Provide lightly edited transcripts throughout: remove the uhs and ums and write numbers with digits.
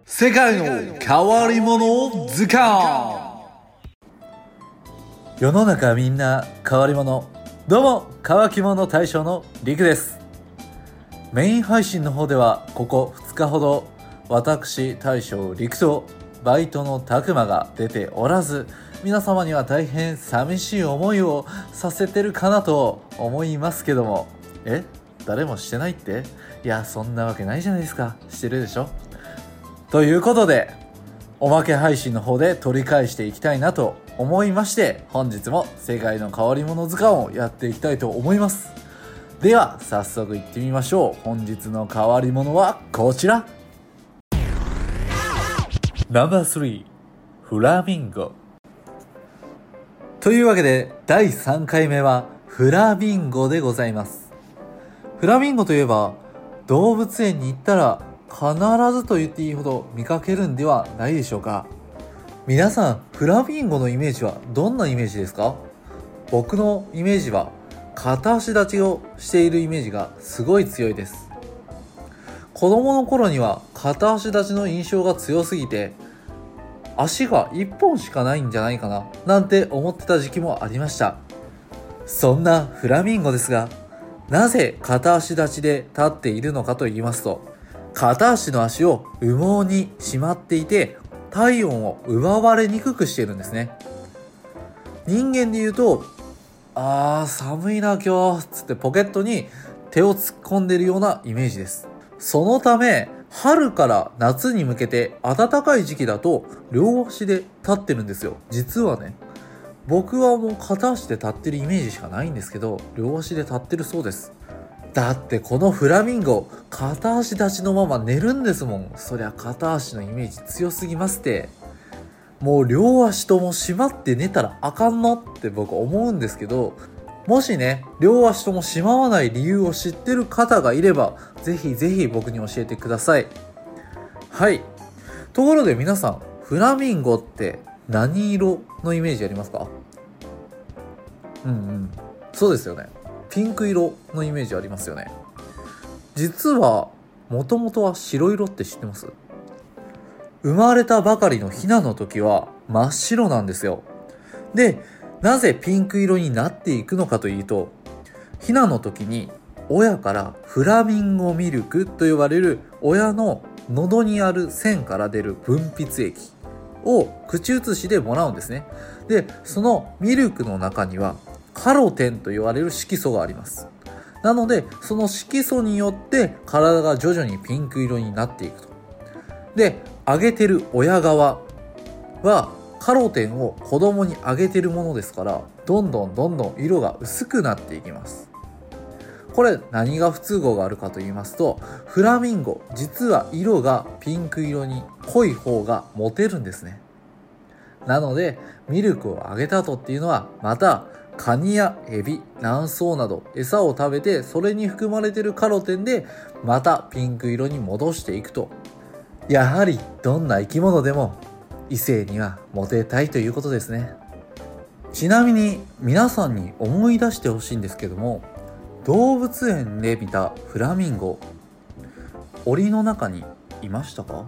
世界の変わり者図鑑。世の中みんな変わり者。どうも乾き物大将のりくです。メイン配信の方ではここ2日ほど私大将りくとバイトのたくまが出ておらず、皆様には大変寂しい思いをさせてるかなと思いますけども、誰もしてないって？いや、そんなわけないじゃないですか。してるでしょ。ということで、おまけ配信の方で取り返していきたいなと思いまして、本日も世界の変わり者図鑑をやっていきたいと思います。では早速いってみましょう。本日の変わり者はこちら。ナンバー3、フラミンゴ。というわけで第3回目はフラミンゴでございます。フラミンゴといえば動物園に行ったら必ずと言っていいほど見かけるんではないでしょうか。皆さん、フラミンゴのイメージはどんなイメージですか？僕のイメージは片足立ちをしているイメージがすごい強いです。子供の頃には片足立ちの印象が強すぎて、足が1本しかないんじゃないかななんて思ってた時期もありました。そんなフラミンゴですが、なぜ片足立ちで立っているのかと言いますと、片足の足を羽毛にしまっていて、体温を奪われにくくしているんですね。人間で言うと、寒いな今日つってポケットに手を突っ込んでいるようなイメージです。そのため春から夏に向けて暖かい時期だと両足で立ってるんですよ。実はね、僕はもう片足で立ってるイメージしかないんですけど、両足で立ってるそうです。だってこのフラミンゴ、片足立ちのまま寝るんですもん。そりゃ片足のイメージ強すぎますって。もう両足とも締まって寝たらあかんのって僕思うんですけど、もしね、両足とも締まわない理由を知ってる方がいれば、ぜひぜひ僕に教えてください。はい。ところで皆さん、フラミンゴって何色のイメージありますか？そうですよね。ピンク色のイメージありますよね。実はもともとは白色って知ってます？生まれたばかりのヒナの時は真っ白なんですよ。で、なぜピンク色になっていくのかというと、ヒナの時に親からフラミンゴミルクと呼ばれる親の喉にある腺から出る分泌液を口移しでもらうんですね。で、そのミルクの中にはカロテンと言われる色素があります。なのでその色素によって体が徐々にピンク色になっていくと。で、あげてる親側はカロテンを子供にあげてるものですから、どんどん色が薄くなっていきます。これ何が不都合があるかと言いますと、フラミンゴ実は色がピンク色に濃い方がモテるんですね。なのでミルクをあげた後っていうのは、またカニやエビ、卵巣など餌を食べて、それに含まれているカロテンでまたピンク色に戻していくと。やはりどんな生き物でも異性にはモテたいということですね。ちなみに皆さんに思い出してほしいんですけども、動物園で見たフラミンゴ、檻の中にいましたか？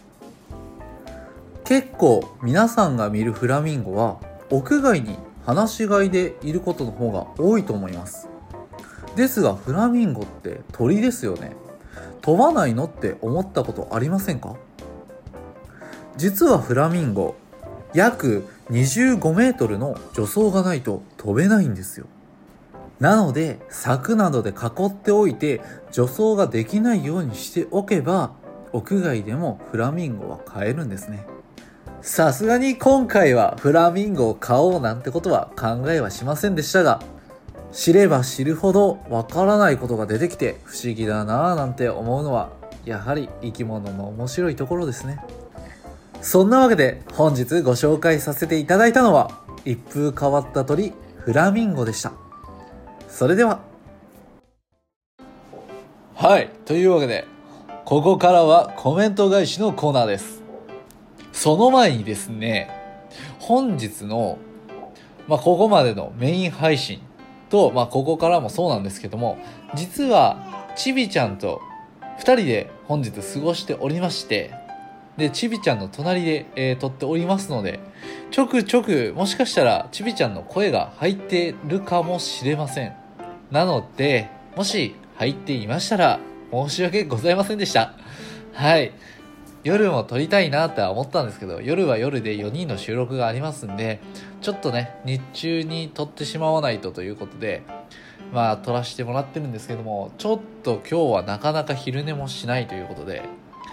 結構皆さんが見るフラミンゴは屋外に放し飼いでいることの方が多いと思います。ですがフラミンゴって鳥ですよね。飛ばないのって思ったことありませんか？実はフラミンゴ、約25メートルの助走がないと飛べないんですよ。なので柵などで囲っておいて助走ができないようにしておけば、屋外でもフラミンゴは飼えるんですね。さすがに今回はフラミンゴを飼おうなんてことは考えはしませんでしたが、知れば知るほどわからないことが出てきて不思議だなぁなんて思うのは、やはり生き物の面白いところですね。そんなわけで本日ご紹介させていただいたのは、一風変わった鳥フラミンゴでした。それでは。はい、というわけでここからはコメント返しのコーナーです。その前にですね、本日のここまでのメイン配信と、ここからもそうなんですけども、実はちびちゃんと2人で本日過ごしておりまして、 で、ちびちゃんの隣で、撮っておりますので、ちょくちょくもしかしたらちびちゃんの声が入ってるかもしれません。なので、もし入っていましたら申し訳ございませんでした。はい。夜も撮りたいなって思ったんですけど、夜は夜で4人の収録がありますんで、ちょっとね、日中に撮ってしまわないということで、撮らせてもらってるんですけども、ちょっと今日はなかなか昼寝もしないということで、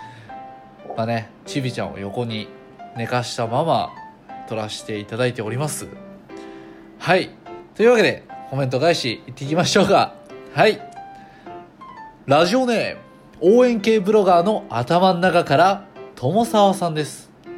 ちびちゃんを横に寝かしたまま撮らせていただいております。はい。というわけで、コメント返しいっていきましょうか。はい。ラジオネーム、応援系ブロガーの頭の中から友沢さんです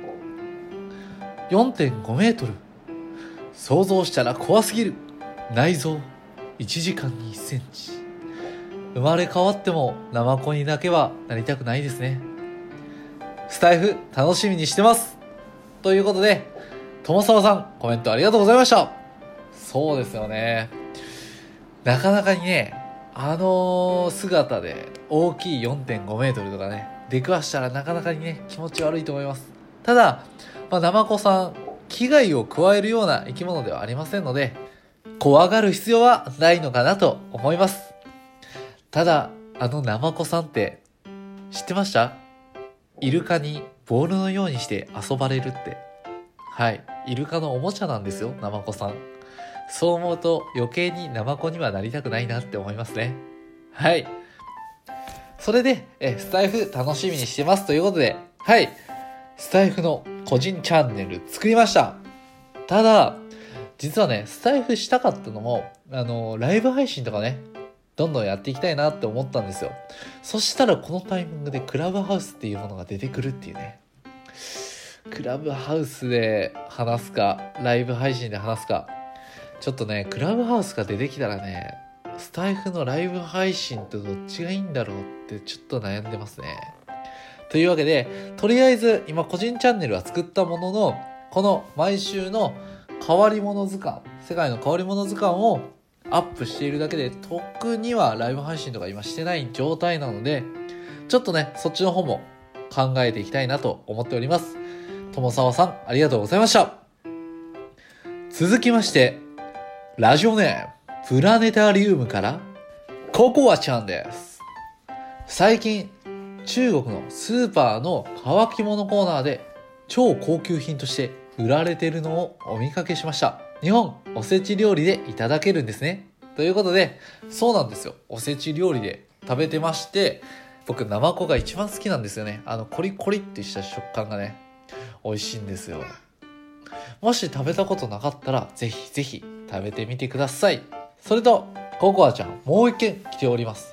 。4.5 メートル。想像したら怖すぎる。内臓1時間に1センチ。生まれ変わってもナマコにだけはなりたくないですね。スタイフ楽しみにしてます。ということで、友沢さんコメントありがとうございました。そうですよね。なかなかにね、姿で大きい 4.5 メートルとかね、出くわしたらなかなかにね、気持ち悪いと思います。ただ、ナマコさん、危害を加えるような生き物ではありませんので、怖がる必要はないのかなと思います。ただ、ナマコさんって知ってました？イルカにボールのようにして遊ばれるって。はい。イルカのおもちゃなんですよ、ナマコさん。そう思うと余計にナマコにはなりたくないなって思いますね。はい。それで、スタイフ楽しみにしてますということで、はい。スタイフの個人チャンネル作りました。ただ、実はね、スタイフしたかったのも、ライブ配信とかね、どんどんやっていきたいなって思ったんですよ。そしたらこのタイミングでクラブハウスっていうものが出てくるっていうね。クラブハウスで話すか、ライブ配信で話すか。ちょっとね、クラブハウスが出てきたらね、スタイフのライブ配信とどっちがいいんだろうってちょっと悩んでますね。というわけで、とりあえず今個人チャンネルは作ったものの、この毎週の変わり物図鑑、世界の変わり物図鑑をアップしているだけで、特にはライブ配信とか今してない状態なので、ちょっとね、そっちの方も考えていきたいなと思っております。友沢さん、ありがとうございました。続きまして、ラジオネーム、プラネタリウムから、ココアちゃんです。最近、中国のスーパーの乾き物コーナーで、超高級品として売られているのをお見かけしました。日本おせち料理でいただけるんですね。ということで、そうなんですよ。おせち料理で食べてまして、僕、ナマコが一番好きなんですよね。コリコリってした食感がね、美味しいんですよ。もし食べたことなかったら、ぜひぜひ食べてみてください。それと、ココアちゃん、もう一件来ております。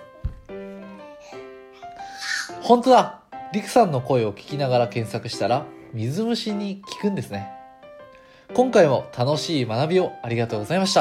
本当だ！リクさんの声を聞きながら検索したら、水虫に効くんですね。今回も楽しい学びをありがとうございました。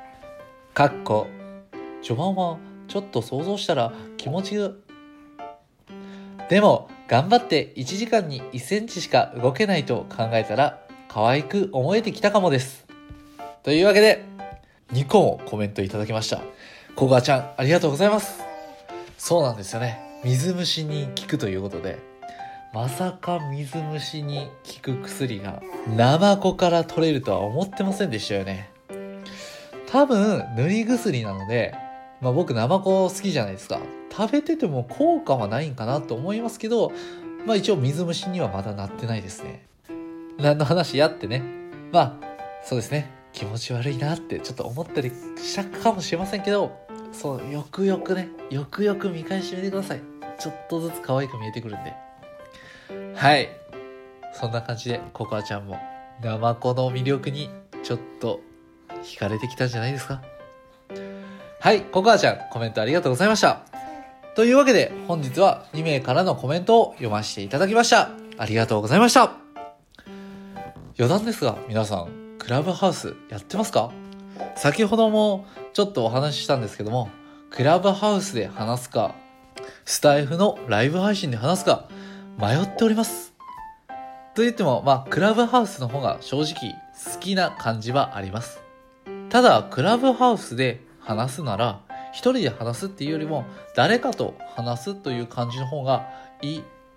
序盤はちょっと想像したら気持ちが。でも、頑張って1時間に1センチしか動けないと考えたら、可愛く思えてきたかもです。というわけで、2個もコメントいただきました。ココアちゃん、ありがとうございます。そうなんですよね。水虫に効くということで、まさか水虫に効く薬がナマコから取れるとは思ってませんでしたよね。多分塗り薬なので、僕ナマコ好きじゃないですか。食べてても効果はないんかなと思いますけど、一応水虫にはまだなってないですね。何の話やってね。そうですね。気持ち悪いなってちょっと思ったりしたかもしれませんけど、よくよく見返してみてください。ちょっとずつ可愛く見えてくるんで。はい。そんな感じで、ココアちゃんも、ナマコの魅力に、ちょっと、惹かれてきたんじゃないですか。はい、ココアちゃん、コメントありがとうございました。というわけで、本日は2名からのコメントを読ませていただきました。ありがとうございました。余談ですが、皆さん、クラブハウスやってますか？先ほどもちょっとお話ししたんですけども、クラブハウスで話すか、スタイフのライブ配信で話すか、迷っております。と言っても、クラブハウスの方が正直好きな感じはあります。ただ、クラブハウスで話すなら、一人で話すっていうよりも、誰かと話すという感じの方がいい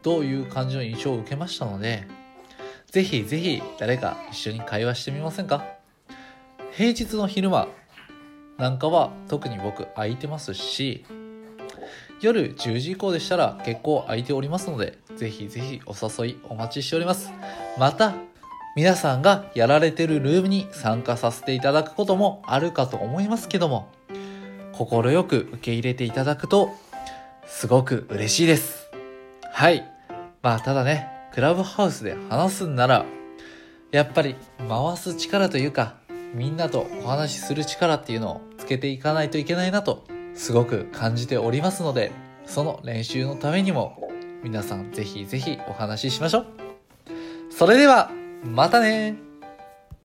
という感じの印象を受けましたので、ぜひぜひ誰か一緒に会話してみませんか？平日の昼間なんかは特に僕空いてますし、夜10時以降でしたら結構空いておりますので、ぜひぜひお誘いお待ちしております。また、皆さんがやられてるルームに参加させていただくこともあるかと思いますけども、快く受け入れていただくとすごく嬉しいです。はい。ただね、クラブハウスで話すんなら、やっぱり回す力というか、みんなとお話しする力っていうのをつけていかないといけないなとすごく感じておりますので、その練習のためにも皆さんぜひぜひお話ししましょう。それではまたね。